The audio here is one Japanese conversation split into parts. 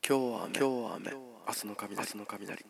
今日は雨、明日の雷。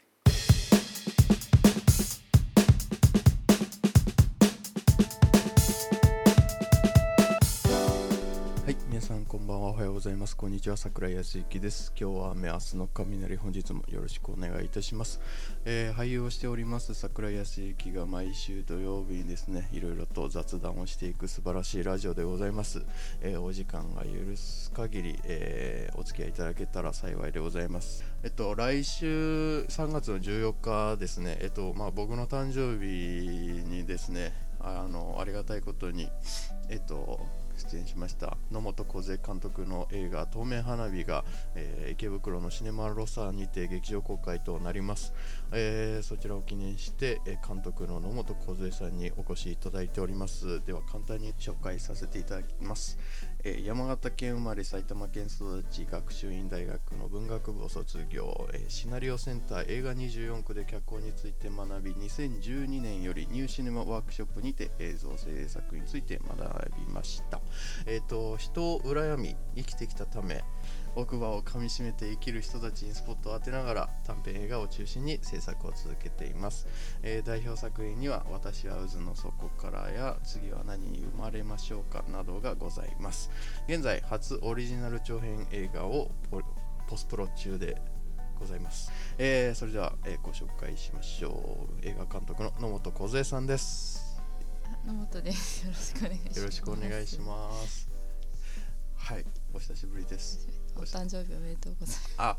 はい、皆さんこんばんは、おはようございます。こんにちは、桜井康之です。今日は雨、明日の雷。本日もよろしくお願いいたします。俳優をしております桜井康之が毎週土曜日にですね、いろいろと雑談をしていく素晴らしいラジオでございます。お時間が許す限り、お付き合いいただけたら幸いでございます。来週3月の14日ですね、僕の誕生日にですね、ありがたいことに出演しました野本梢監督の映画透明花火が、池袋のシネマロサにて劇場公開となります。そちらを記念して監督の野本梢さんにお越しいただいております。では簡単に紹介させていただきます。山形県生まれ埼玉県育ち、学習院大学の文学部を卒業、シナリオセンター映画24区で脚本について学び、2012年よりニューシネマワークショップにて映像制作について学びました。人を羨み生きてきたため、奥歯を噛みしめて生きる人たちにスポットを当てながら短編映画を中心に制作を続けています。代表作品には私は渦の底からや次は何に生まれましょうかなどがございます。現在初オリジナル長編映画をポスプロ中でございます。それでは、ご紹介しましょう。映画監督の野本梢さんです。 野本です。よろしくお願いします。 はい、お久しぶりです。 お誕生日おめでとうございます。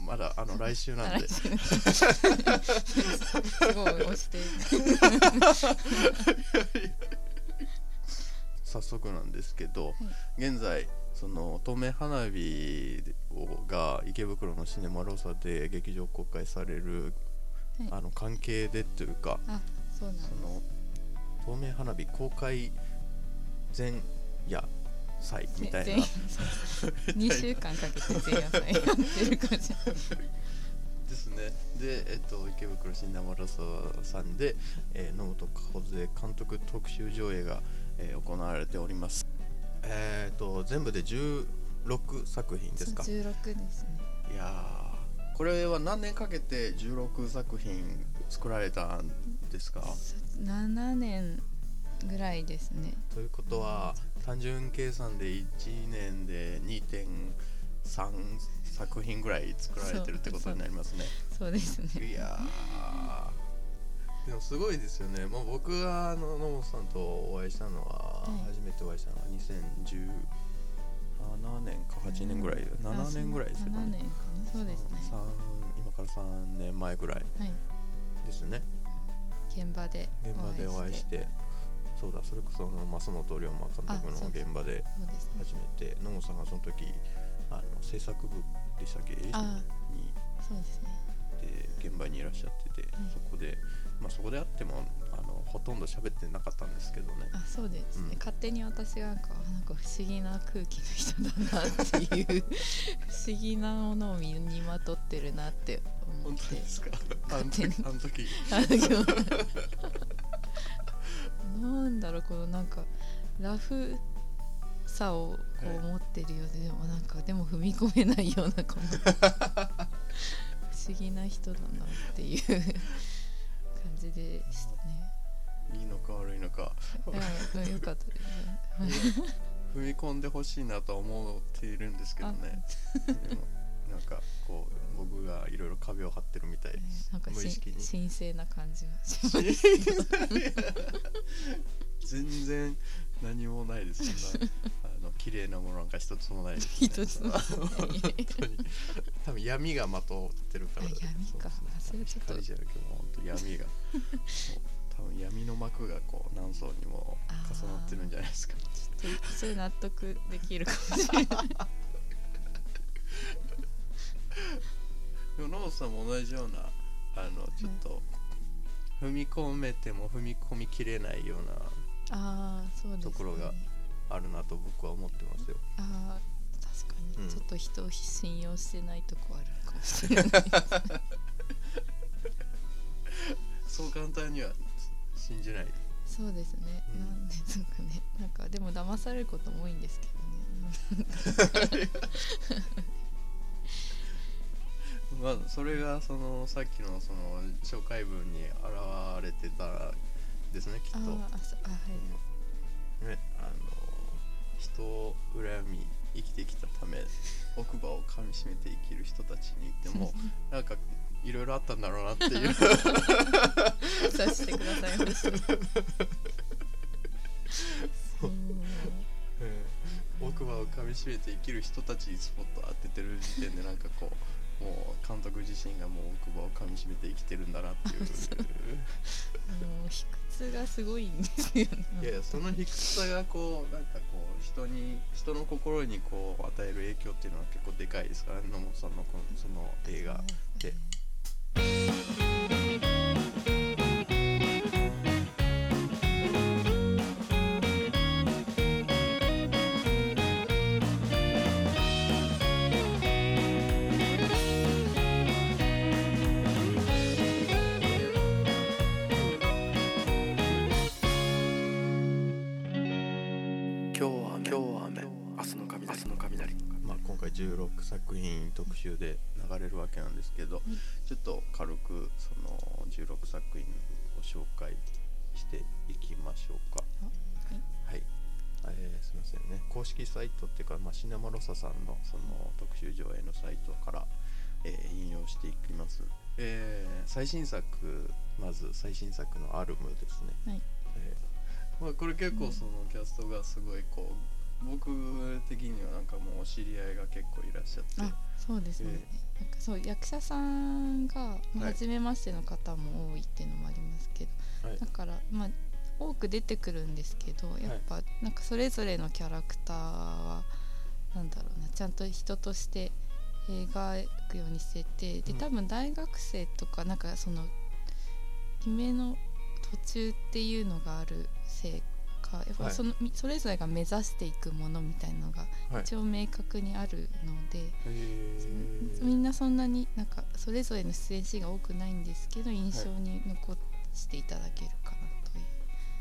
まだ来週なんで。すごい押している。 早速なんですけど、現在その透明花火が池袋のシネマロサで劇場公開される、関係でというか、 そうなんです。 その透明花火公開前夜祭みたいな 2週間かけて前夜祭やってる感じですね。で、池袋シネマロサさんで、野本梢監督特集上映が、行われております。全部で16作品ですか。 16ですね。 いやー、これは何年かけて16作品作られたんですか。 7年ぐらいですね。 ということは単純計算で1年で 2.3 作品ぐらい作られてるってことになりますね。 そうですね。 いやー、でもすごいですよね。もう僕は野本さんとお会いしたのは、初めてお会いしたのは2017年か8年ぐらい、7年ぐらいですよね。 7年かな。そうですね。 今から3年前ぐらいですね。 現場でお会いして、そうだ、それこそ増本龍馬監督の現場で初めて、野本さんがその時制作部でしたっけ、にそうですね。 で現場にいらっしゃってて、そこで会ってもほとんど喋ってなかったんですけどね。 そうですね。勝手に私がなんか不思議な空気の人だなっていう不思議なものを身にまとってるなって思って。 本当ですか。あの時なんだろう、このなんかラフさをこう持ってるようで、でもなんかでも踏み込めないようなこの不思議な人だなっていう感じでしたね。 いいのか悪いのか。 よかったですね。 踏み込んでほしいなと思っているんですけどね。でもなんかこう僕がいろいろ壁を張ってるみたいです。 なんか無意識に神聖な感じがします。 全然何もないです。そんな綺麗なものなんか一つもないですね。 一つも本当に多分闇がまとってるから。 闇か。それちょっと光じゃなくても本当闇が多分闇の膜がこう何層にも重なってるんじゃないですか。 ちょっとそれ納得できるかもしれない。 でも野本さんも同じようなちょっと踏み込めても踏み込みきれないようなそうですね、 ところがあるなと僕は思ってますよ。 確かに、ちょっと人を信用してないとこあるかもしれないですね。 そう簡単には信じない。 そうですね、なんですかね。なんかでも騙されることも多いんですけどね。 まあそれがそのさっきのその紹介文に現れてたですね、きっと。 はいね、人を羨み生きてきたため奥歯を噛みしめて生きる人たちに言ってもなんかいろいろあったんだろうなっていうさせてくださいました奥歯を噛みしめて生きる人たちにスポット当ててる時点でなんかこうもう監督自身がもう奥歯を噛みしめて生きてるんだなっていうもう卑屈がすごいんですよね。 いやいや、その卑屈さがこうなんかこう人の心にこう与える影響っていうのは結構でかいですからね、野本さんのその映画で。まあ、今回16作品特集で流れるわけなんですけど、ちょっと軽くその16作品を紹介していきましょうか。はい、すみませんね、公式サイトっていうか、シネマロサさんのその特集上映のサイトから、引用していきます。最新作、まず最新作のアルムですね。はい、これ結構そのキャストがすごいこう僕的にはなんかもう知り合いが結構いらっしゃって。 そうですね、なんかそう役者さんが初めましての方も多いっていうのもありますけど、だから多く出てくるんですけど、やっぱなんかそれぞれのキャラクターはなんだろうな、ちゃんと人として描くようにしてて、で多分大学生とかなんかその夢の途中っていうのがあるせいか、やっぱそれぞれが目指していくものみたいなのが一応明確にあるので、みんなそんなになんかそれぞれの出演シーンが多くないんですけど、印象に残していただけるかなという。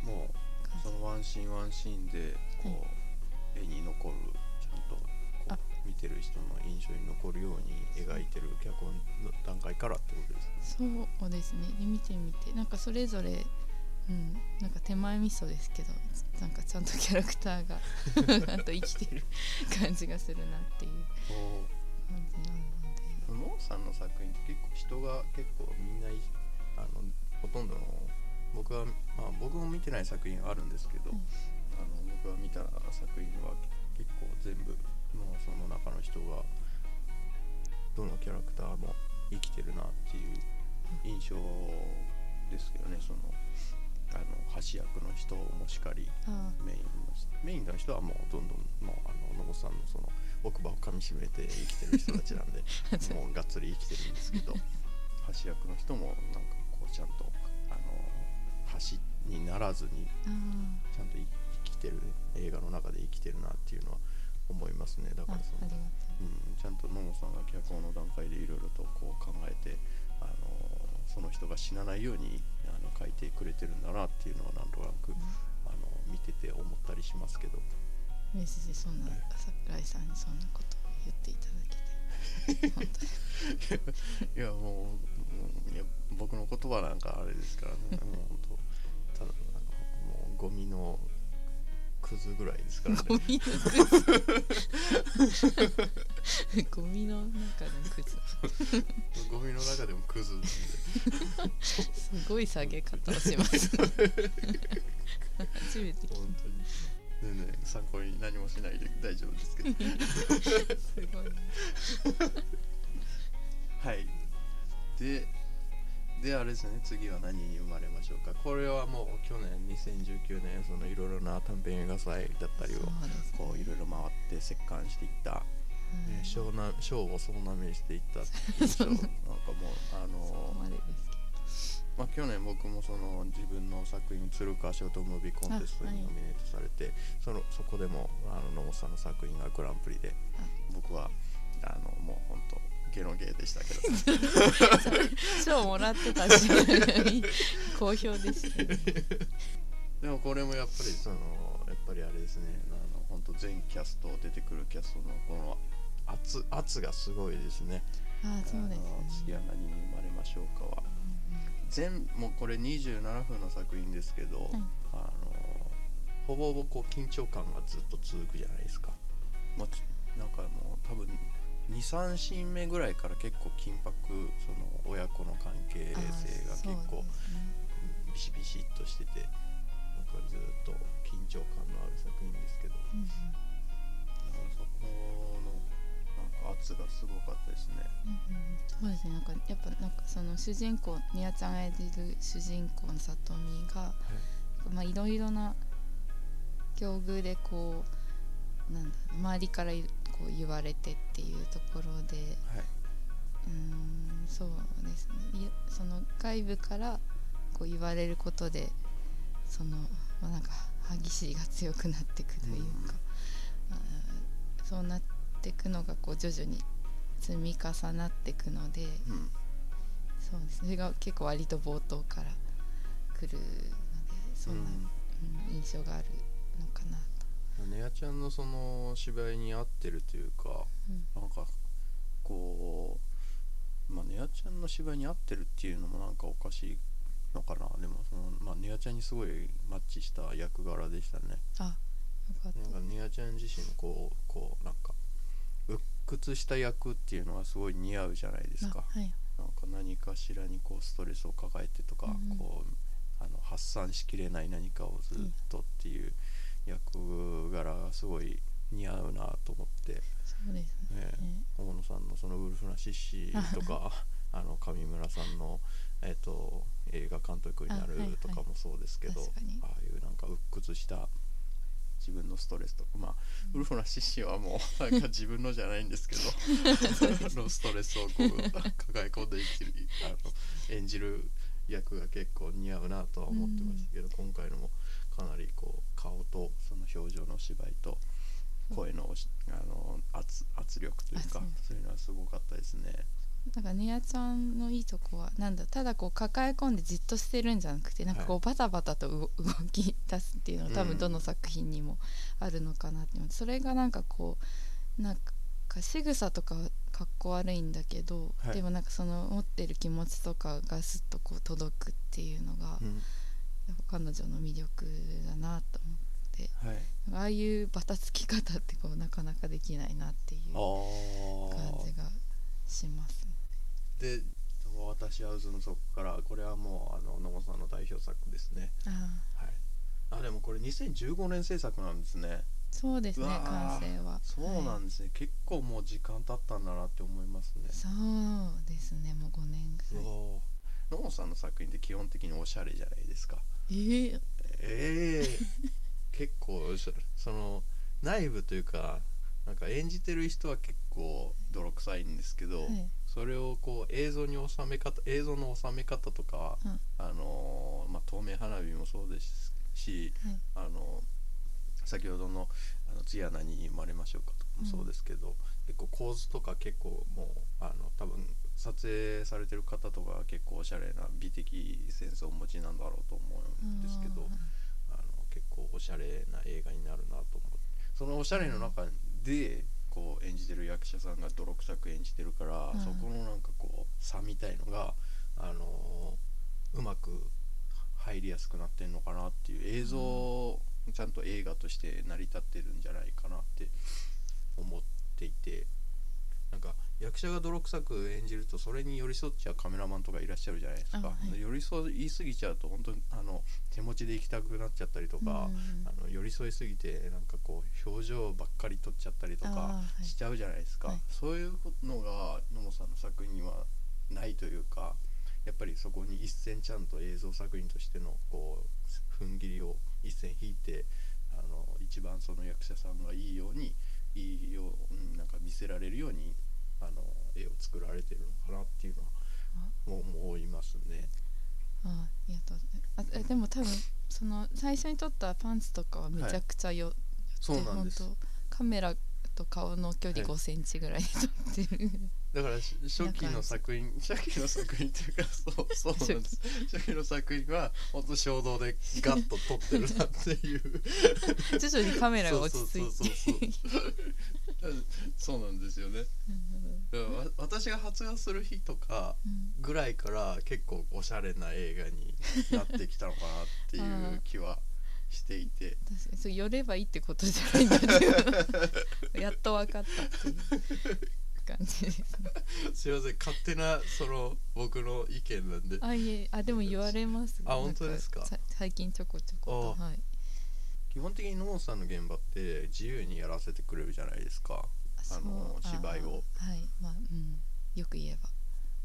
もうそのワンシーンワンシーンでこう、絵に残る、ちゃんと見てる人の印象に残るように描いてる脚本の段階からってことですね。 そうですね。で見てみてなんかそれぞれ、なんか手前味噌ですけど、なんかちゃんとキャラクターがあと生きてる感じがするなっていう感じなので。 ノーさんの作品って結構人が結構みんなほとんどの僕も見てない作品あるんですけど、僕が見た作品は結構全部その中の人がどのキャラクターも生きてるなっていう印象ですけどね。その橋役の人もしかり、メインの人はもうどんどん野本さんのその奥歯を噛みしめて生きてる人たちなんでもうがっつり生きてるんですけど橋役の人もなんかこうちゃんと橋にならずにちゃんと生きてる、映画の中で生きてるなっていうのは思いますね。だからそのちゃんと野本さんが脚本の段階でいろいろとこう考えてその人が死なないように書いてくれてるんだなっていうのはなんとなく、見てて思ったりしますけど。 メッセージそんな桜井さんにそんなことを言っていただけて本当にいやもう僕の言葉なんかあれですからねもう本当ただもうゴミのクズぐらいですからね。 ゴミのクズゴミの中でもクズゴミの中でもクズなんですごい下げ方をしますね初めて聞いた。 本当に全然参考に何もしないで大丈夫ですけどすごいねはいであれですね、次は何に生まれましょうか。これはもう去年2019年そのいろいろな短編映画祭だったりをこういろいろ回って折檻していった、賞を総なめしていった印象なんかもう去年僕もその自分の作品鶴川ショートムービーコンテストにノミネートされて、そこでも野本さんの作品がグランプリで、僕はもう本当ゲノゲーでしたけど賞もらってたし好評でしたねでもこれもやっぱりあれですね、本当全キャスト出てくるキャストのこの圧がすごいですね。 そうですね。 次は何に生まれましょうかは、もうこれ27分の作品ですけど、ほぼほぼこう緊張感がずっと続くじゃないですか。なんかもう多分2、3シーン目ぐらいから結構緊迫、その親子の関係性が結構ビシビシっとしてて、なんかずっと緊張感のある作品ですけど、そこのなんか圧がすごかったですね。 そうですね。なんかやっぱなんかその主人公みやちゃんが演じる主人公のさとみが、いろいろな境遇でこう周りからこう言われてっていうところで、そうですね。その外部からこう言われることでその、なんか歯ぎしりが強くなっていくというか、そうなっていくのがこう徐々に積み重なっていくので、そうですね。それが結構割と冒頭から来るので、そんな、印象があるのかなと。 ねやちゃんのその芝居に合ってるというか、なんかこう、ねやちゃんの芝居に合ってるっていうのもなんかおかしいのかな。でもその、ねやちゃんにすごいマッチした役柄でしたね。 よかった。 なんかねやちゃん自身こうなんか鬱屈した役っていうのはすごい似合うじゃないですか。なんか何かしらにこうストレスを抱えてとか、こう発散しきれない何かをずっとっていう役柄がすごい似合うなと思って。 そうですね。 大野さんのそのウルフなシッシとか上村さんの、映画監督になるとかもそうですけど、ああいうなんか鬱屈した自分のストレスとか、ウルフなシッシはもうなんか自分のじゃないんですけどストレスをこう抱え込んで演じる役が結構似合うなとは思ってましたけど、今回のもかなりこう顔とその表情の芝居と声の圧力というか、そういうのはすごかったですね。 なんかねやちゃんのいいとこはただこう抱え込んでじっとしてるんじゃなくて、なんかこうバタバタと動き出すっていうのは多分どの作品にもあるのかなって思って、それがなんかこうなんか仕草とかはかっこ悪いんだけど、でもなんかその持ってる気持ちとかがスッとこう届くっていうのが、やっぱ彼女の魅力だなと思って、ああいうバタつき方ってこうなかなかできないなっていう感じがしますね。 で私はそのそこからこれはもう野茂さんの代表作ですね。でもこれ2015年制作なんですね。 そうですね。完成はそうなんですね。結構もう時間経ったんだなって思いますね。 そうですね。もう5年ぐらい。 野茂さんの作品って基本的におしゃれじゃないですか。結構その内部というか、なんか演じてる人は結構泥臭いんですけど、それをこう映像の収め方とか、透明花火もそうですし、先ほどの次は何に生まれましょうかとかもそうですけど、結構構図とか結構もう多分撮影されてる方とか結構おしゃれな美的センスをお持ちなんだろうと思うんですけど、結構おしゃれな映画になるなと思って、そのおしゃれの中でこう演じてる役者さんが泥臭く演じてるから、そこのなんかこう差みたいのがうまく入りやすくなってんのかなっていう、映像ちゃんと映画として成り立ってるんじゃないかなって思っていて、なんか役者が泥臭く演じるとそれに寄り添っちゃうカメラマンとかいらっしゃるじゃないですか。寄り添いすぎちゃうと本当に手持ちで行きたくなっちゃったりとか、寄り添いすぎてなんかこう表情ばっかり撮っちゃったりとかしちゃうじゃないですか。そういうのが野茂さんの作品にはないというか、やっぱりそこに一線ちゃんと映像作品としてのこう踏ん切りを一線引いて、一番その役者さんがいいようなんか見せられるように絵を作られてるのかなっていうのは思いますね。 ありがとうございます。でも多分その最初に撮ったパンツとかはめちゃくちゃそうなんです。 カメラと顔の距離5センチぐらいで撮ってる。 だから初期の作品っていうかそうなんです。初期の作品は本当衝動でガッと撮ってるなっていう徐々にカメラが落ち着いてそうなんですよね。だから私が発芽する日とかぐらいから結構おしゃれな映画になってきたのかなっていう気はしていて確かにそう寄ればいいってことじゃないんだけどやっと分かったっていう感じですね。 すいません、勝手な僕の意見なんで。 でも言われます。 本当ですか。 最近ちょこちょこと、はい、 基本的に野本さんの現場って自由にやらせてくれるじゃないですか。芝居を。 はい、まあ、よく言えば。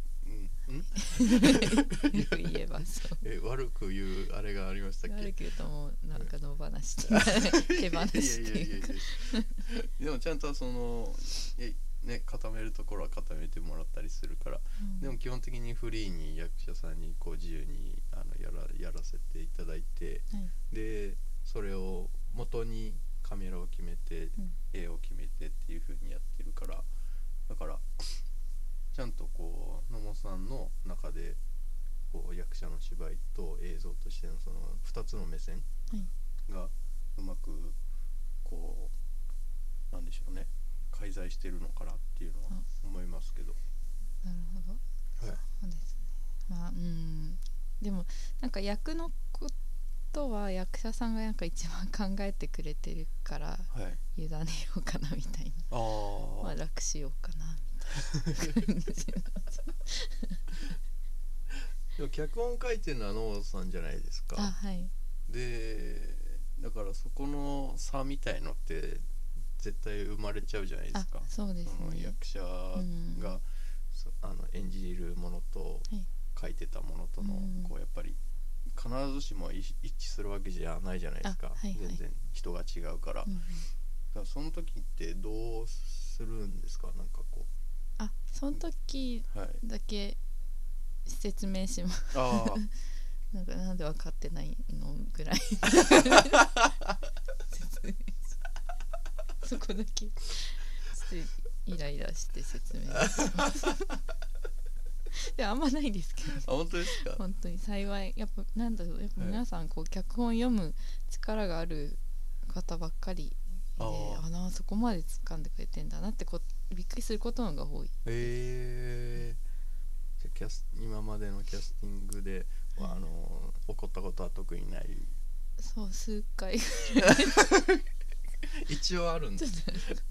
よく言えばそう。 悪く言うあれがありましたっけ。 悪く言うともうなんか野放し手放しっていうかでもちゃんと固めるところは固めてもらったりするから、でも基本的にフリーに役者さんにこう自由にやらせていただいて、 はい、 でそれを元にカメラを決めて、絵を決めてっていう風にやってるから、だからちゃんとこう野茂さんの中でこう役者の芝居と映像としてのその2つの目線がうまくこうなんでしょうね、介在してるのかなっていうのは思いますけど。 なるほど、 はい、 そうですね。まあでもなんか役のことは役者さんがなんか一番考えてくれてるから、委ねようかなみたいな、まあ楽しようかなみたいな感じでも脚本書いてるのは野本さんじゃないですか。 はい、 でだからそこの差みたいのって絶対生まれちゃうじゃないですか。 そうですね。 役者が、演じるものと、書いてたものとの、こうやっぱり必ずしも一致するわけじゃないじゃないですか。全然人が違うから、だからその時ってどうするんですか。なんかこうその時だけ説明します、なんで分かってないのぐらいそこだけちょっとイライラして説明しますであんまないですけど、 本当ですか。 本当に幸いやっぱなんだろう、やっぱ皆さんこう脚本読む力がある方ばっかりで、そこまで掴んでくれてんだなってびっくりすることのが多い。 じゃ今までのキャスティングで、起こったことは特にない。 そう、数回一応あるんです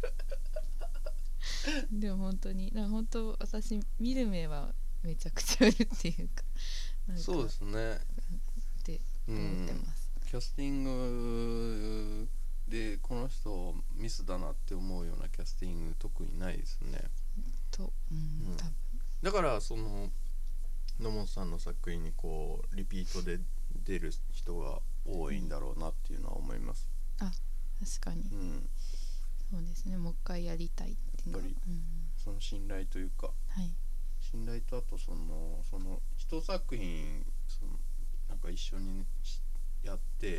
でも本当私見る目はめちゃくちゃあるっていうか、 そうですねって思ってます。 キャスティングでこの人ミスだなって思うようなキャスティング特にないですね。 多分だから野本さんの作品にこうリピートで出る人が多いんだろうなっていうのは思います。 確かに、そうですね。もう一回やりたいっていうのは、 その信頼というか、信頼とあとその一作品なんか一緒にやって、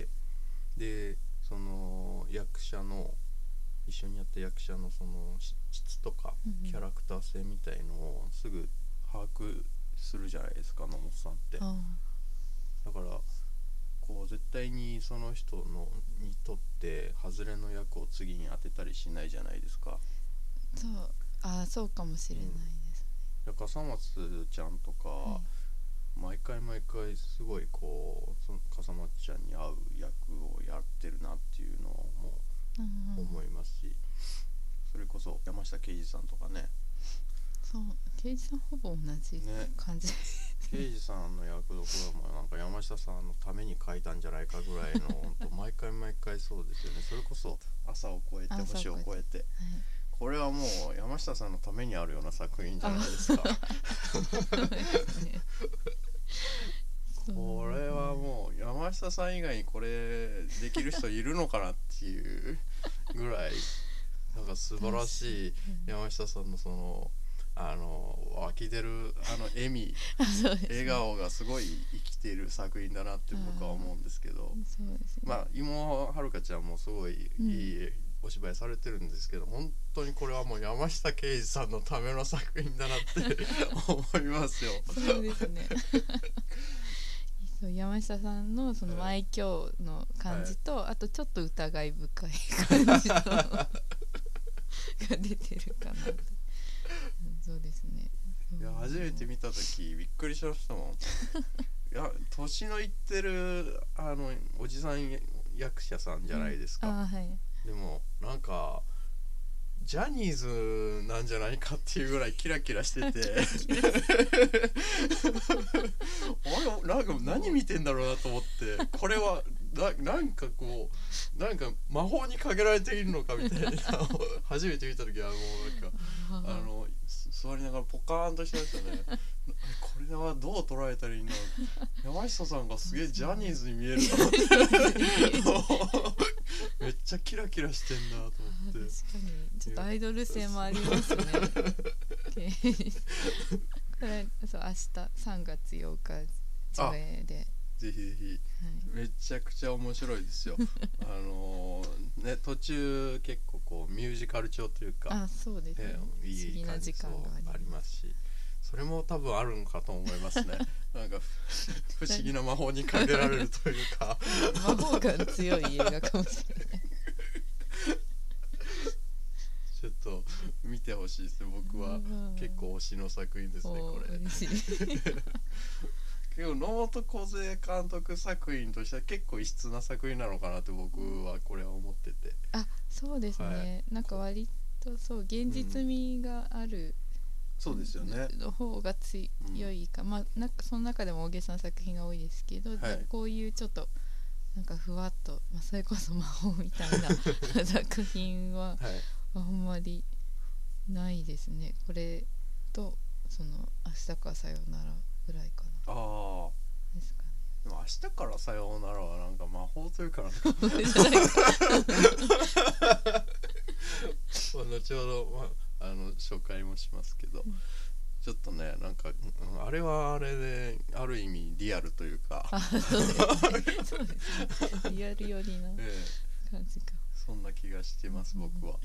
でその一緒にやった役者のその質とかキャラクター性みたいのをすぐ把握するじゃないですか、野本さんって。だからこう絶対にその人にとって外れの役を次に当てたりしないじゃないですか。 そうかもしれないですね。 だから笠松ちゃんとか、毎回すごいこうその笠松ちゃんに合う役をやってるなっていうのをもう思いますし、それこそ山下敬二さんとかね。 そう刑事さんほぼ同じ感じ、 刑事さんの役どころもなんか山下さんのために書いたんじゃないかぐらいの本当毎回そうですよね。それこそ朝を越えて星を越えて、これはもう山下さんのためにあるような作品じゃないですかこれはもう山下さん以外にこれできる人いるのかなっていうぐらいなんか素晴らしい山下さんのその湧き出る笑顔がすごい生きている作品だなって僕は思うんですけど、 そうですね。 まあ妹はるかちゃんもすごいいいお芝居されてるんですけど、本当にこれはもう山下敬二さんのための作品だなって思いますよ。 そうですねそう山下さんのその愛嬌の感じと、あとちょっと疑い深い感じのが出てるかなとそうですね。 いや初めて見た時びっくりしましたもん。いや年のいってるおじさん役者さんじゃないですか、 はい、 でもなんかジャニーズなんじゃないかっていうぐらいキラキラしててあれなんか何見てんだろうなと思って、これはなんかこうなんか魔法にかけられているのかみたいな初めて見た時はもうなんか座りながらポカーンとしてましたねこれはどう捉えたらいいんだろう、山下さんがすげえジャニーズに見えると思ってめっちゃキラキラしてんなと思って。 確かにちょっとアイドル性もありますねこれそう明日3月8日上映でぜひぜひ、はい、めちゃくちゃ面白いですよね、途中結構こうミュージカル調というか、 そうですね、 いい感じありますし、それも多分あるんかと思いますねなんか不思議な魔法にかけられるというか魔法が強い映画かもしれないちょっと見てほしいですね。僕は結構推しの作品ですねこれ。 嬉しい結構野本梢監督作品としては結構異質な作品なのかなって僕はこれは思ってて、 そうですね、はい、なんか割とそう現実味がある、 そうですよねの方が強いか、なんかその中でも大げさな作品が多いですけど、はい、こういうちょっとなんかふわっと、それこそ魔法みたいな作品はあんまりないですね。これとその明日からさようならぐらいかな。ですかね。 でも明日からさようならはなんか魔法というかなんか後ほど、紹介もしますけど、ちょっとねなんか、あれはあれである意味リアルというかそうですねリアル寄りな感じか、 そんな気がしてます僕は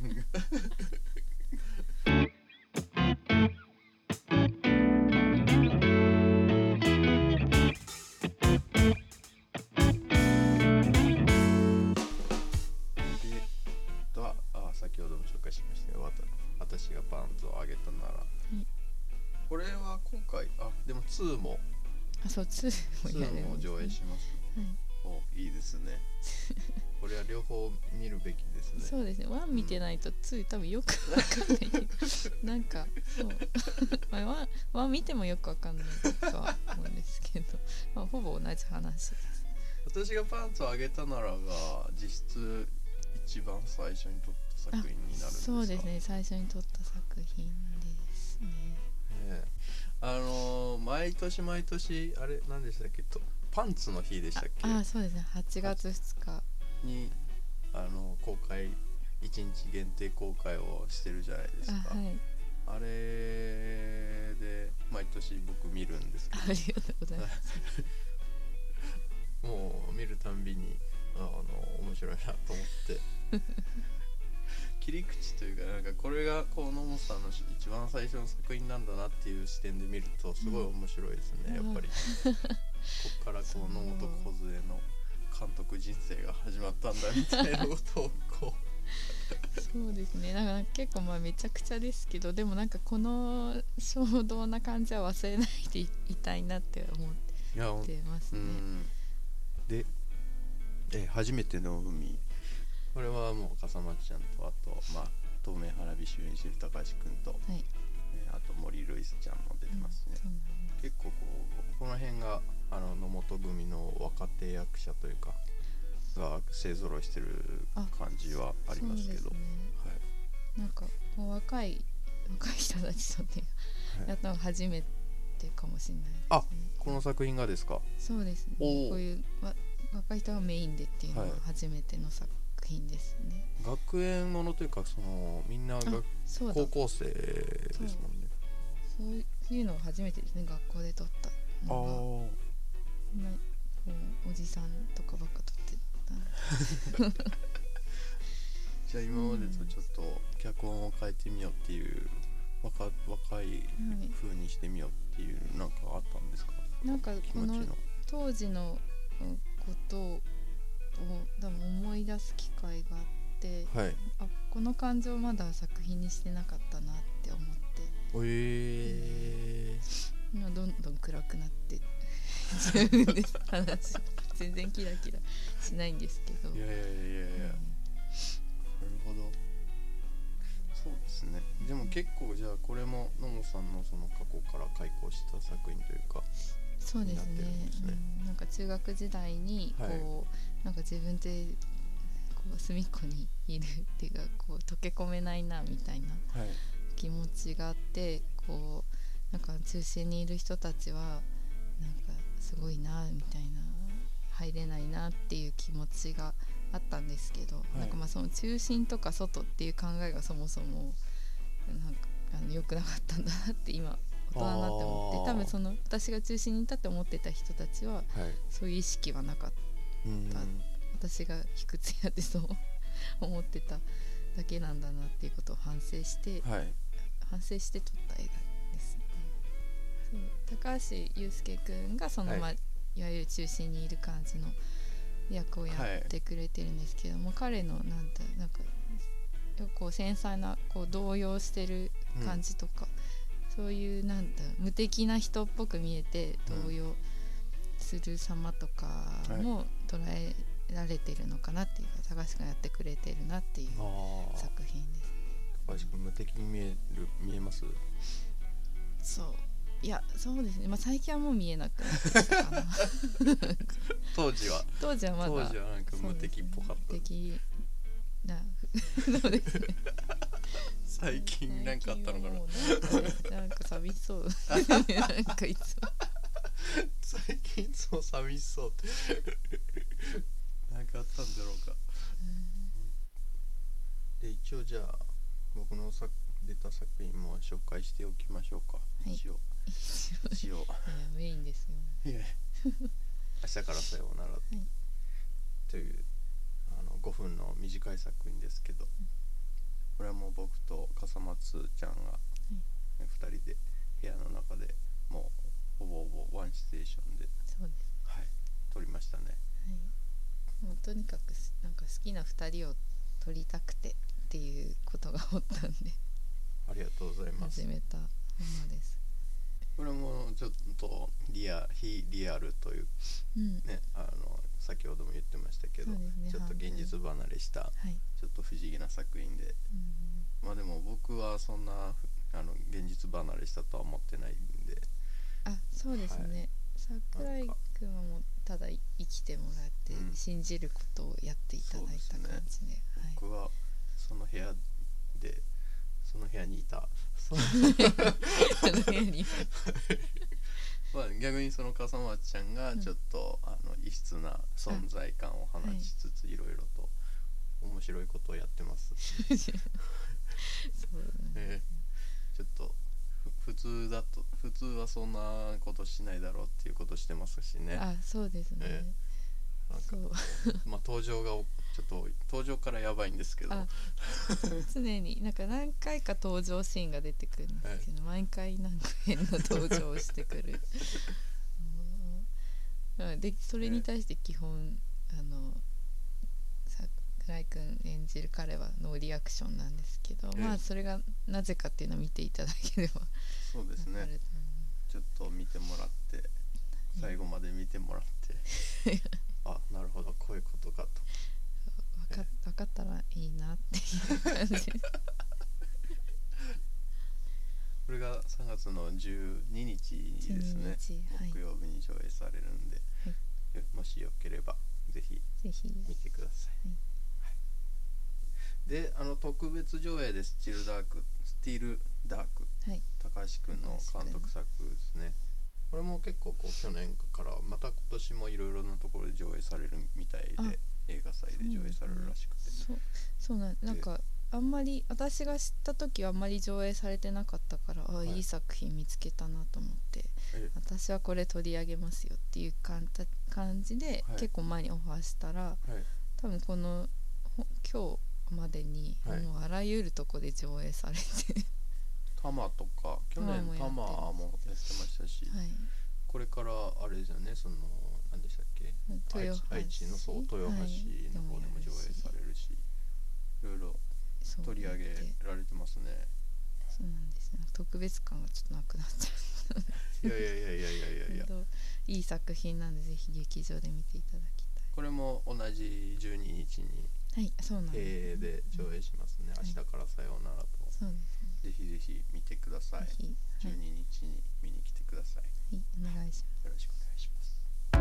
先ほども紹介しましたよ、私がパンツをあげたなら、これは今回でも2もそう2 も上映します、いいですねこれは両方見るべきですね。 そうですね、1見てないと2多分よくわかんないなんかそう1見てもよくわかんないとは思うんですけど、ほぼ同じ話です。 私がパンツをあげたならが実質一番最初に撮った作品になるんですか？ そうですね、最初に撮った作品ですね。 毎年毎年あれ何でしたっけ、パンツの日でしたっけ？ そうですね、8月2日に公開1日限定公開をしてるじゃないですか。あれで毎年僕見るんですけど、 ありがとうございますもう見るたんびに面白いなと思って切り口というか、なんかこれがこう野本さんの一番最初の作品なんだなっていう視点で見るとすごい面白いですね、やっぱりこっからこう野本梢の監督人生が始まったんだみたいなことをこうそうですね、なんか結構めちゃくちゃですけど、でもなんかこの衝動な感じは忘れないでいたいなって思ってますね。 で、初めての海、これはもう笠松ちゃんとあと、透明花火主演してる高橋君と、あと森ルイスちゃんも出てますね。結構この辺が野本組の若手役者というかが勢ぞろいしてる感じはありますけど、 なんかもう若い人たちとね、やったのが初めてかもしれないですね。 この作品がですか？そうですね、 こういう若い人がメインでっていうのは初めての作品ですね。 学園ものというかみんな高校生ですもんね。 そういうのが初めてですね、学校で撮ったのが。おじさんとかばっか撮ってたじゃあ今までとちょっと脚本を変えてみようっていう若い風にしてみようっていうなんかあったんですか？ なんか気持ちの。 当時のことを多分思い出す機会があって、 はい。 この感情まだ作品にしてなかったなって思って、今どんどん暗くなって自分です話全然キラキラしないんですけど。 いやなるほど。そうですね。でも結構じゃあこれも野茂さんのその過去から開講した作品というか。 そうですね。なんか中学時代にこう、なんか自分でこう隅っこにいるっていうかこう溶け込めないなみたいな気持ちがあって、こうなんか中心にいる人たちはなんかすごいなみたいな、入れないなっていう気持ちがあったんですけど、なんかまあその中心とか外っていう考えがそもそもなんか良くなかったんだなって今大人になって思って、多分その私が中心にいたって思ってた人たちは、そういう意識はなかった、私が卑屈やってそう思ってただけなんだなっていうことを反省して、反省して撮った映画ですね。そう高橋優介くんがその、いわゆる中心にいる感じの役をやってくれてるんですけども、彼のなんかこう繊細なこう動揺してる感じとか、そういう無敵な人っぽく見えて動揺する様とかも捉えられてるのかなっていうか、高橋君やってくれてるなっていう作品ですね。 高橋君無敵に見えます？ そう、いやそうですね、まあ、最近はもう見えなくなってきたかな当時はまだなんか無敵っぽかった。 無敵なそうですね最近なんかあったのかな。 なんか寂しそうなんかいつも最近いつも寂しそうってなんかあったんだろうか。で一応じゃあ僕の出た作品も紹介しておきましょうか。一応いやメインですよ。 いや明日からさようなら、という5分の短い作品ですけど、これはもう僕と笠松ちゃんが2人で部屋の中でもうほぼほぼワンシチュエーションで、 そうです、 撮りましたね。 もうとにかくなんか好きな2人を撮りたくてっていうことがおったんでありがとうございます。 始めたものです。 これもちょっと非リアルという、先ほども言ってましたけど、ちょっと現実離れした、ちょっと不思議な作品で、まあでも僕はそんな現実離れしたとは思ってないんで。 そうですね、桜井くんはもうただ生きてもらって信じることをやっていただいた感じで、 僕はその部屋にいたまあ逆にその笠松ちゃんがちょっと、異質な存在感を放ちつつ、いろいろと面白いことをやってますそうちょっと普通はそんなことしないだろうっていうことしてますしね。 そうですね、 なんかまあ登場からやばいんですけど常になんか何回か登場シーンが出てくるんですけど、毎回なんか変な登場をしてくるでそれに対して基本桜井くん演じる彼はノーリアクションなんですけど、まあそれがなぜかっていうのを見ていただければそうですね、ちょっと見てもらって最後まで見てもらってなるほどこういうことかと分かったらいいなっていう感じこれが3月の12日ですね、木曜日に上映されるんで、もしよければぜひ見てください。で特別上映でスティールダーク、高橋くんの監督作ですね。これも結構去年からまた今年もいろいろなところで上映されるみたいで、映画祭で上映されるらしくて、 そうなんかあんまり私が知った時はあんまり上映されてなかったから、いい作品見つけたなと思って、私はこれ取り上げますよっていう感じで、結構前にオファーしたら、多分この今日までに、 はい、 もうあらゆるとこで上映されて多摩とか去年多摩もやってましたし、 はい、 これからあれですよね、その何でしたっけ、愛知のそう豊橋の方でも上映されるし、いろいろ取り上げられてますね。 そうなんですね。特別感がちょっとなくなっちゃう。 いやいやいやいやいやいやいい作品なんでぜひ劇場で見ていただきたい。 これも同じ12日に経営で上映しますね、明日からさようならと。 そうですね、 ぜひぜひ見てください。12日に見に来てください。 はい、お願いします。 よろしくお願いします。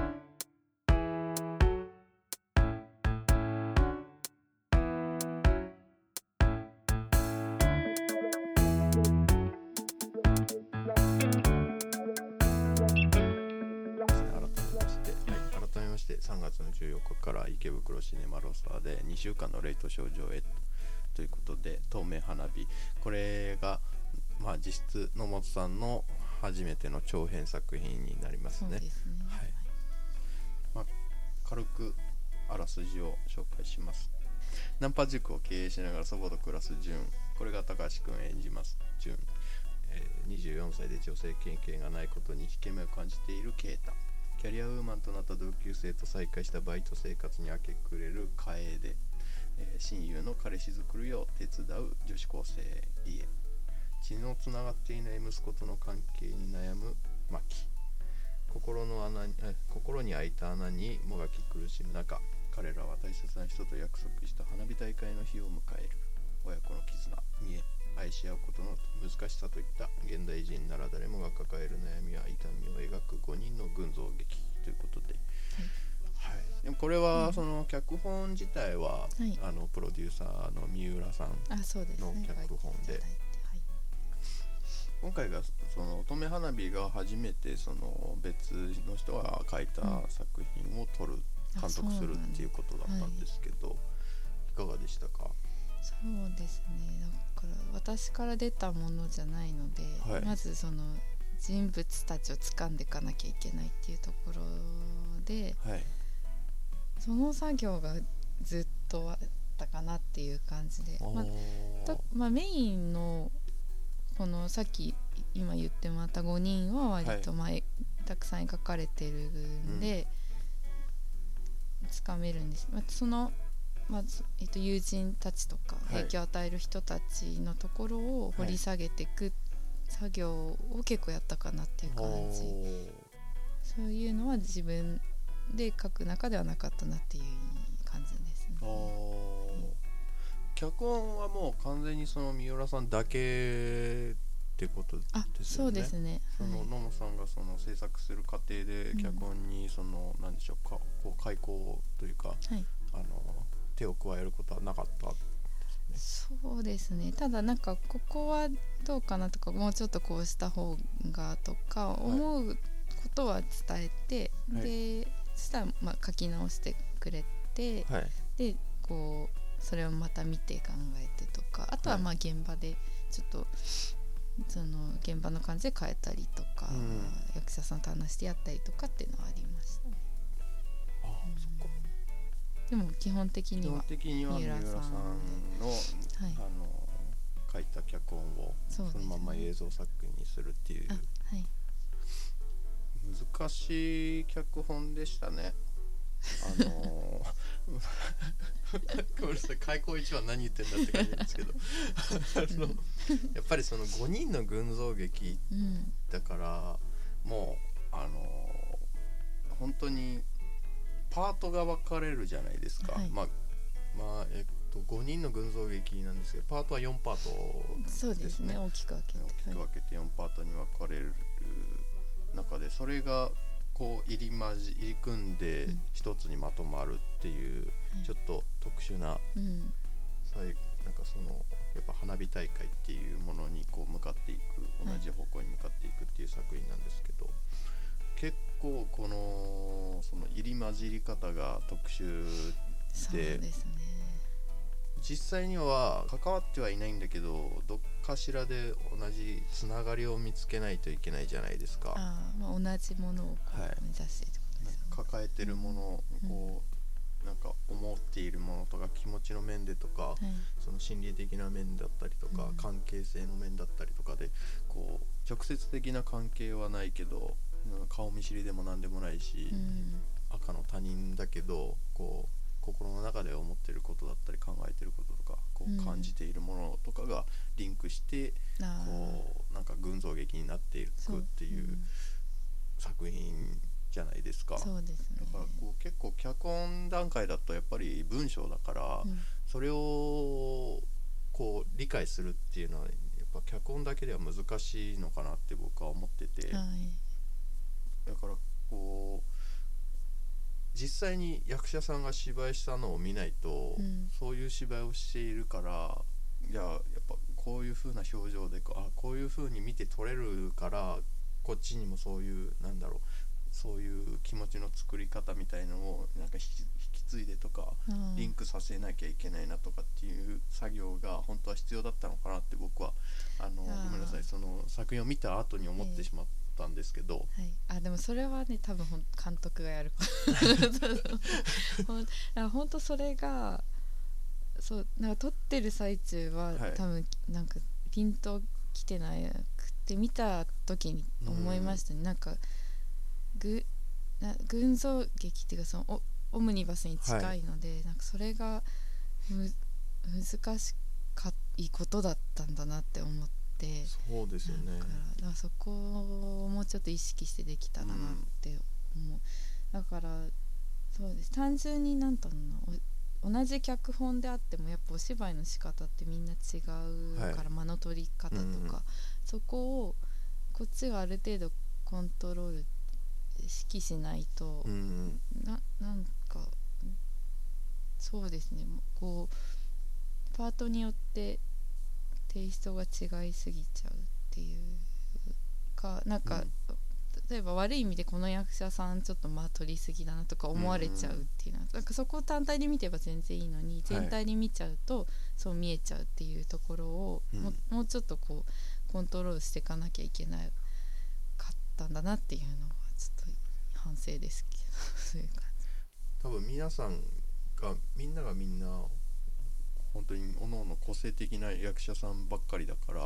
改めまして3月の14日から池袋シネマロサーで2週間のレイトショー上映ということで、透明花火、これが実質野本さんの初めての長編作品になりますね。 そうですね、 はい、軽くあらすじを紹介します。ナンパ塾を経営しながら祖母と暮らす純、これが高橋くん演じます純、24歳で女性経験がないことに引け目を感じている啓太、キャリアウーマンとなった同級生と再会したバイト生活に明け暮れる楓、親友の彼氏作りを手伝う女子高生理恵、血のつながっていない息子との関係に悩むマキ、心に開いた穴にもがき苦しむ中、彼らは大切な人と約束した花火大会の日を迎える。親子の絆、見え、愛し合うことの難しさといった現代人なら誰もが抱える悩みや痛みを描く5人の群像劇ということで、はい、でもこれはその脚本自体は、プロデューサーの三浦さんの脚本で、今回がその乙女花火が初めてその別の人が書いた作品を撮る、監督するっていうことだったんですけど、いかがでしたか？ そうですね、だから私から出たものじゃないので、まずその人物たちを掴んでいかなきゃいけないっていうところで、その作業がずっとあったかなっていう感じで、メインのこのさっき今言ってもらった5人は割とたくさん描かれてるんで、つかめるんです。その友人たちとか影響を与える人たちのところを掘り下げていく作業を結構やったかなっていう感じ、そういうのは自分で書く中ではなかったなっていう感じですね。 脚本はもう完全にその三浦さんだけってことですよね。 そうですね。 その野茂さんがその制作する過程で脚本にその何でしょうか、こう開口というか、手を加えることはなかったですね。そうですね。ただなんかここはどうかなとか、もうちょっとこうした方がとか思うことは伝えて、でそしたら書き直してくれて、でこうそれをまた見て考えてとか、あとは現場でちょっとその現場の感じで変えたりとか、役者さんと話してやったりとかっていうのはありましたね。 そっか。 でも基本的には三浦さんの、書いた脚本をそのまま映像作品にするっていう、難しい脚本でしたね。ごめんなさい、開口一番何言ってんだって感じなんですけどやっぱりその5人の群像劇だから、もう本当にパートが分かれるじゃないですか。5人の群像劇なんですけど、パートは4パートですね。 そうですね、大きく分けて 4パートに分かれる中で、それがこう入り組んで一つにまとまるっていう、ちょっと特殊な、なんかそのやっぱ花火大会っていうものにこう向かっていく、同じ方向に向かっていくっていう作品なんですけど、結構このその入り混じり方が特殊で、 そうですね、 実際には関わってはいないんだけど、どっかしらで同じつながりを見つけないといけないじゃないですか。 同じものを目指してってことですね。 抱えてるものをこうなんか思っているものとか気持ちの面でとか、 はい、 その心理的な面だったりとか、 うん、 関係性の面だったりとかでこう直接的な関係はないけど、顔見知りでも何でもないし、 うん、 赤の他人だけどこう心の中で思っていることだったり考えていることとかこう感じているものとかがリンクして、こうなんか群像劇になっていくっていう作品じゃないですか。 そうですね。 だからこう結構脚本段階だとやっぱり文章だから、それをこう理解するっていうのはやっぱ脚本だけでは難しいのかなって僕は思ってて、 はい、 だからこう実際に役者さんが芝居したのを見ないと、そういう芝居をしているから、いややっぱこういう風な表情でこういう風に見て取れるからこっちにもそういうそういう気持ちの作り方みたいのをなんか引き継いでとか、リンクさせなきゃいけないなとかっていう作業が本当は必要だったのかなって僕はごめんなさい、その作品を見た後に思ってしまったんですけど、 はい、でもそれはね多分監督がやる本当それがそうなんか撮ってる最中は、多分なんかピンときてなくて見た時に思いましたね。なんか群像劇っていうかそのオムニバスに近いので、なんかそれが難しいことだったんだなって思って。 そうですよね。 だからそこをもうちょっと意識してできたらなって思う。だからそうです、単純になんだろうな、同じ脚本であってもやっぱお芝居の仕方ってみんな違うから、間の取り方とか、そこをこっちがある程度コントロール指揮しないと、なんかそうですね、こうパートによってテイストが違いすぎちゃうっていうか、なんか、例えば悪い意味でこの役者さんちょっと取りすぎだなとか思われちゃうっていうのは、なんかそこを単体で見てば全然いいのに、全体で見ちゃうとそう見えちゃうっていうところを、もうちょっとこうコントロールしていかなきゃいけなかったんだなっていうのはちょっと反省ですけどそういう感じ。 多分皆さんがみんな本当に各々個性的な役者さんばっかりだから、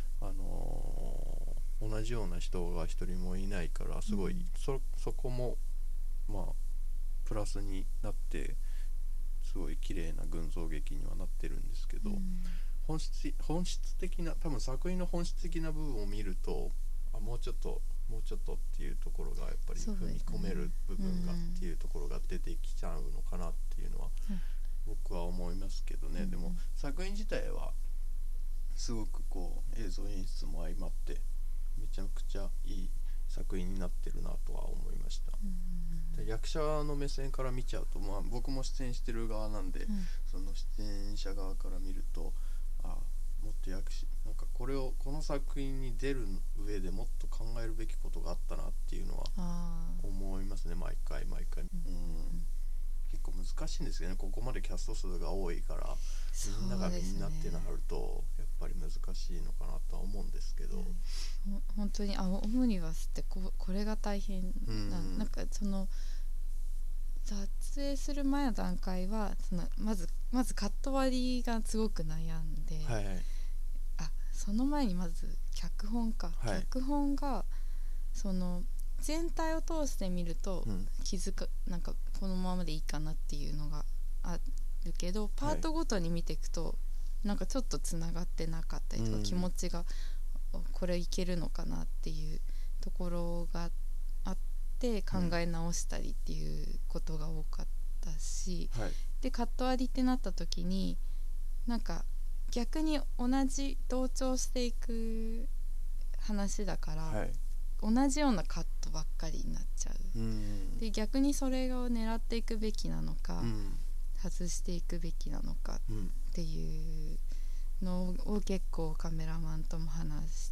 同じような人が一人もいないからすごい、そこもまあプラスになってすごい綺麗な群像劇にはなってるんですけど、本質的な多分作品の本質的な部分を見るともうちょっとっていうところがやっぱり踏み込める部分がっていうところが出てきちゃうのかなっていうのは僕は思いますけどね。でも作品自体はすごくこう映像演出も相まってめちゃくちゃいい作品になってるなとは思いました。で役者の目線から見ちゃうと、僕も出演してる側なんで、その出演者側から見るともっとなんかこの作品に出る上でもっと考えるべきことがあったなっていうのは思いますね、毎回、結構難しいんですよね。ここまでキャスト数が多いからみんながみんなってなるとやっぱり難しいのかなとは思うんですけど、 本当にオムニバスってこれが大変なんかその撮影する前の段階はまずカット割りがすごく悩んで、その前にまず脚本がその全体を通して見るとなんかこのままでいいかなっていうのがあるけど、パートごとに見ていくとなんかちょっとつながってなかったりとか、気持ちがこれいけるのかなっていうところがあって考え直したりっていうことが多かったし、でカット割りってなった時になんか逆に同調していく話だから、同じようなカットばっかりになっちゃう、で逆にそれを狙っていくべきなのか、外していくべきなのかっていうのを結構カメラマンとも話して、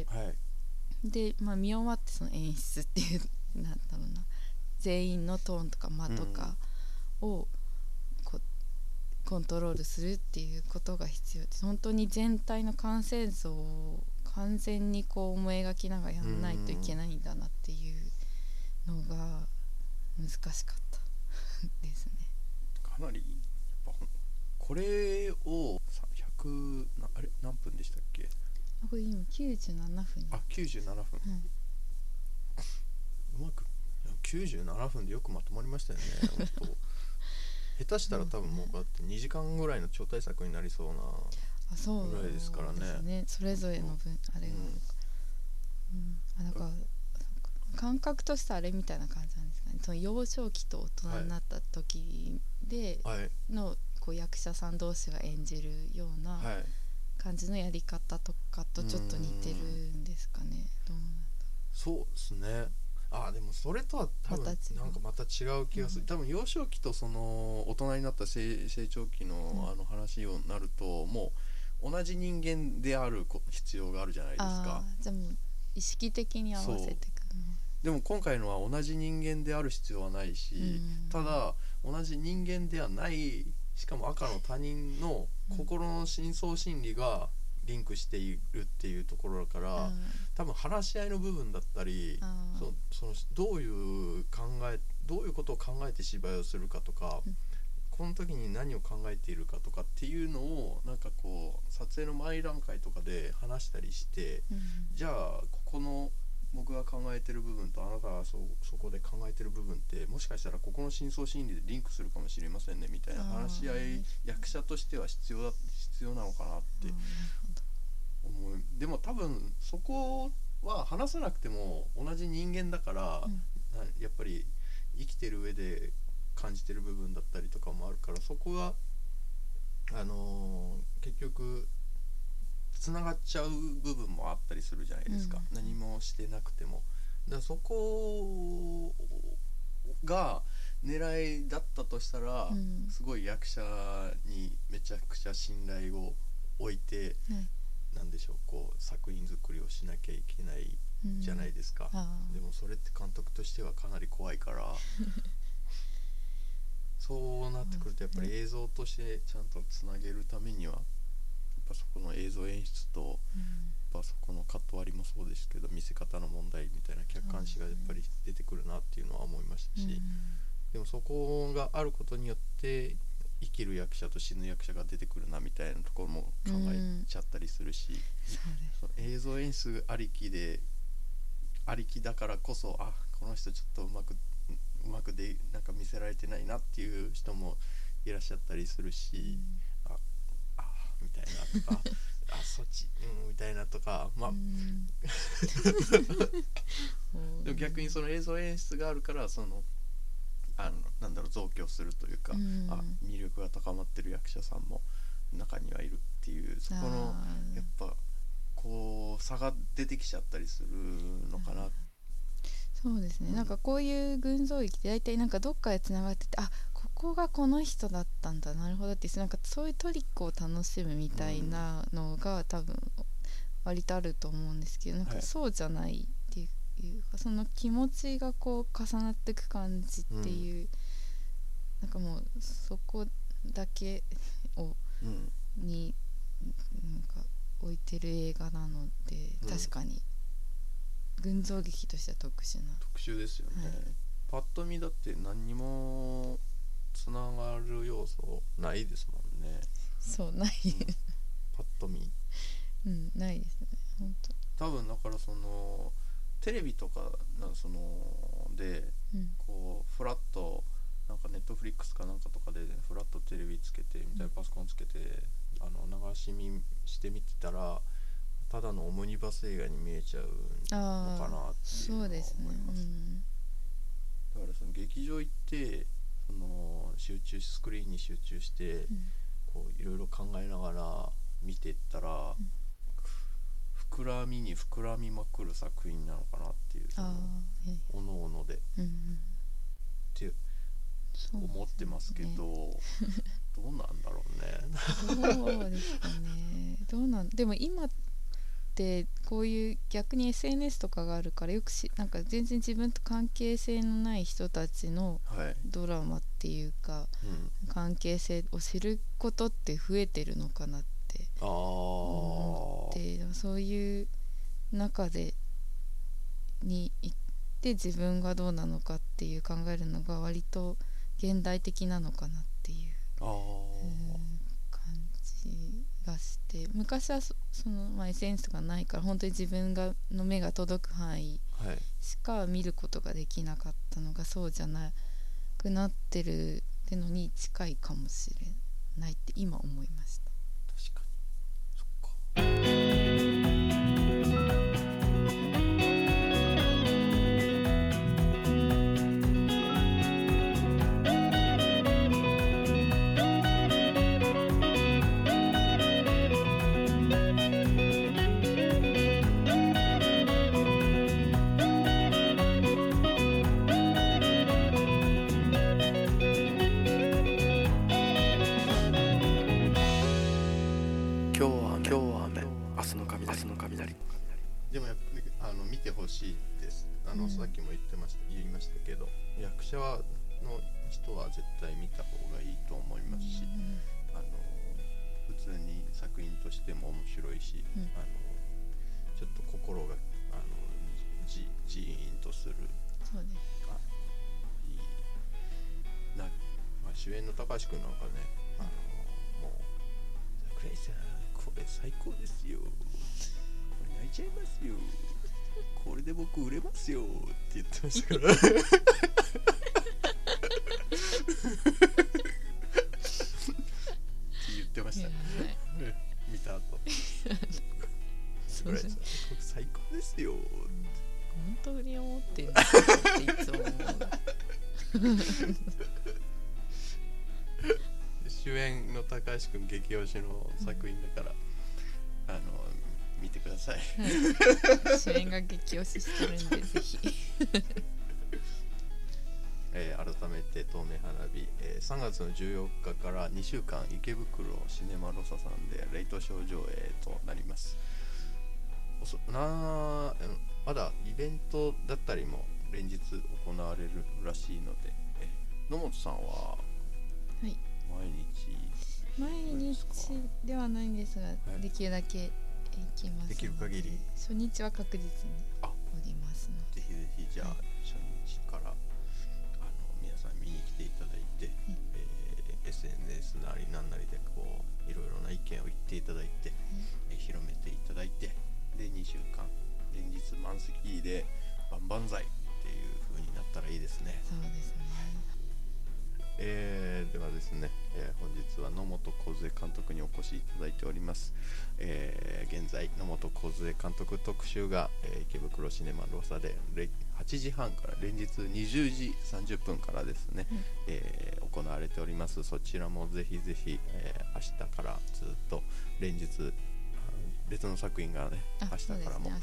で、見終わってその演出っていうなんだろうな、全員のトーンとか間とかをコントロールするっていうことが必要です。本当に全体の完成像を完全にこう思い描きながらやらないといけないんだなっていうのが難しかったですね。 かなりやっぱこれを100あれ何分でしたっけ？ これ今97分。 あ、97分、うまく97分でよくまとまりましたよね本当下手したら多分もうだって2時間ぐらいの超大作になりそうなぐらいですからね。 それぞれの分あれがあるか、だから感覚としてあれみたいな感じなんですかね。その幼少期と大人になった時でのこう役者さん同士が演じるような感じのやり方とかとちょっと似てるんですかね。どうなんだろう。 そうですね。でもそれとは多分なんかまた違う気がする、多分幼少期とその大人になった成長期のあの話をなると、もう同じ人間である必要があるじゃないですか。 じゃあもう意識的に合わせていく。 でも今回のは同じ人間である必要はないし、ただ同じ人間ではない、しかも赤の他人の心の深層心理がリンクしているっていうところだから、多分話し合いの部分だったり、そのどういうことを考えて芝居をするかとか、この時に何を考えているかとかっていうのをなんかこう撮影の前段階とかで話したりして、じゃあここの僕が考えてる部分とあなたがそこで考えてる部分ってもしかしたらここの深層心理でリンクするかもしれませんねみたいな話し合い、役者としては必要なのかなって思う。でも多分そこは話さなくても同じ人間だから、やっぱり生きてる上で感じてる部分だったりとかもあるから、そこが結局つながっちゃう部分もあったりするじゃないですか、何もしてなくても。だからそこが狙いだったとしたら、すごい役者にめちゃくちゃ信頼を置いて、なんでしょう、こう作品作りをしなきゃいけないじゃないですか。でもそれって監督としてはかなり怖いからそうなってくるとやっぱり映像としてちゃんとつなげるためには、やっぱそこの映像演出と、やっぱそこのカット割りもそうですけど見せ方の問題みたいな客観視がやっぱり出てくるなっていうのは思いましたし、でもそこがあることによって生きる役者と死ぬ役者が出てくるなみたいなところも考えちゃったりするし、映像演出ありきだからこそ、この人ちょっとうまくでなんか見せられてないなっていう人もいらっしゃったりするし、みたいなとかそっちみたいなとか、でも逆にその映像演出があるからなんだろう、増強するというか、魅力が高まってる役者さんも中にはいるっていう、そこのやっぱこう差が出てきちゃったりするのかな。 そうですね、なんかこういう群像劇って大体なんかどっかでつながってて、ここがこの人だったんだ、なるほどって、なんかそういうトリックを楽しむみたいなのが多分割とあると思うんですけど、なんかそうじゃないっていうか、その気持ちがこう重なっていく感じっていう、なんかもうそこだけをになんか置いてる映画なので、確かに群像劇としては特殊ですよね、パッと見だって何にもつながる要素ないですもんね。 そうない、 パッと見ないですね本当。多分だからそのテレビとかで、こうフラッとなんかネットフリックスかなんかとかでフラッとテレビつけてみたいな、パソコンつけて流し見してみてたら、ただのオムニバス映画に見えちゃうのかなっていうのは思います。だからその劇場行ってスクリーンに集中して、こういろいろ考えながら見てったら、膨らみに膨らみまくる作品なのかなっていう、おのおので、って思ってますけど、どうなんだろうね。 そうですかね。でも今ってこういう逆に SNS とかがあるから、よくなんか全然自分と関係性のない人たちのドラマっていうか、関係性を知ることって増えてるのかなって思って、そういう中でに行って自分がどうなのかっていう考えるのが割と現代的なのかなっていう感じがして、昔はその、SNS とかないから本当に自分の目が届く範囲しか見ることができなかったのが、そうじゃなくなってるってのに近いかもしれないって今思いました。 確かにそっか。でもやっぱり見てほしいです。さっきも言いましたけど、役者の人は絶対見た方がいいと思いますし、普通に作品としても面白いし、ちょっと心がジーンとする。 そうです。 いいな、主演の高橋君なんかね、もう桜井さんこれ最高ですよ。泣いちゃいますよ。これで僕売れますよって言ってましたからって言ってました。見た後桜井さんこれ最高ですよ。 本当に思ってんだっていつも思う主演の高橋君激推しの作品だから、見てください、 はい、主演が激推ししてるんでぜひ改めて透明花火、3月の14日から2週間池袋シネマロサさんでレイトショー上映となります。まだイベントだったりも連日行われるらしいので、野本さんは毎日ではないんですが、できるだけ行きます。 できる限り初日は確実におりますので、 ぜひぜひじゃあ、初日から皆さん見に来ていただいて、SNS なりなんなりでこういろいろな意見を言っていただいて、広めていただいて、で2週間連日満席で万々歳っていう風になったらいいですね。 そうですね。 ではですね、本日は野本梢監督にお越しいただいております。現在野本梢監督特集が、池袋シネマロサで8時半から連日20時30分からですね、行われております。そちらもぜひぜひ、明日からずっと連日別の作品がね、明日からも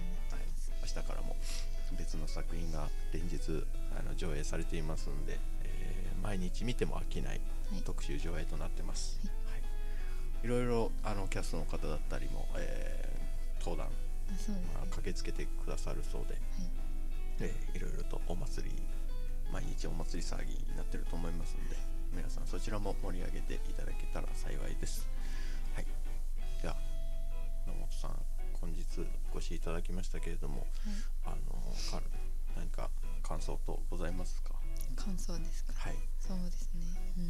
別の作品が連日上映されていますので、毎日見ても飽きない特集上映となってます。いろいろキャストの方だったりも、登壇駆けつけてくださるそうで、いろいろと毎日お祭り騒ぎになってると思いますので、皆さんそちらも盛り上げていただけたら幸いです。はい、では野本さん本日お越しいただきましたけれども、何か感想とございますか？ 感想ですか？はい。そうですね。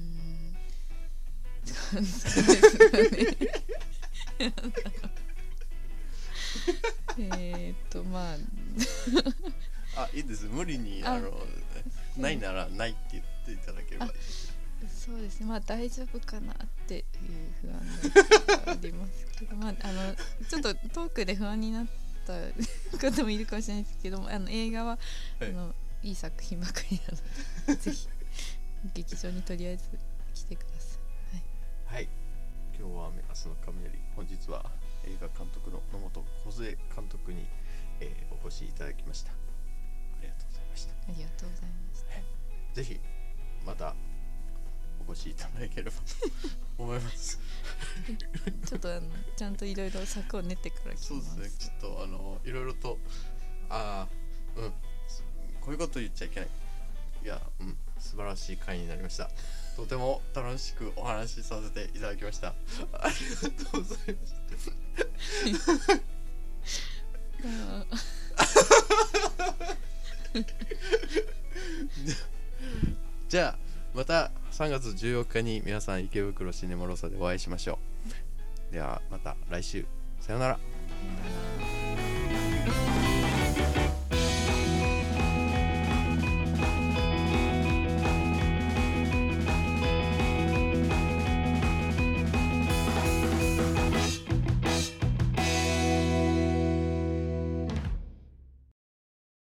感想ですね。まあいいです。無理にないならないって言っていただければ。 そうですね。まあ大丈夫かなっていう不安がありますけど、ちょっとトークで不安になった方もいるかもしれないですけども、映画は、いい作品ばかりなのでぜひ劇場にとりあえず来てください。はい、 今日は明日の雷、本日は映画監督の野本梢監督に、お越しいただきました。ありがとうございました。 ありがとうございました。 ぜひまたお越しいただければと思いますちょっとちゃんといろいろ策を練ってから来ます。 そうですね。ちょっといろいろとこういうこと言っちゃいけない。いや、素晴らしい回になりました。とても楽しくお話しさせていただきました。ありがとうございましたじゃあまた 3月14日に皆さん池袋シネマロサでお会いしましょう。ではまた来週、さようなら。 さよなら。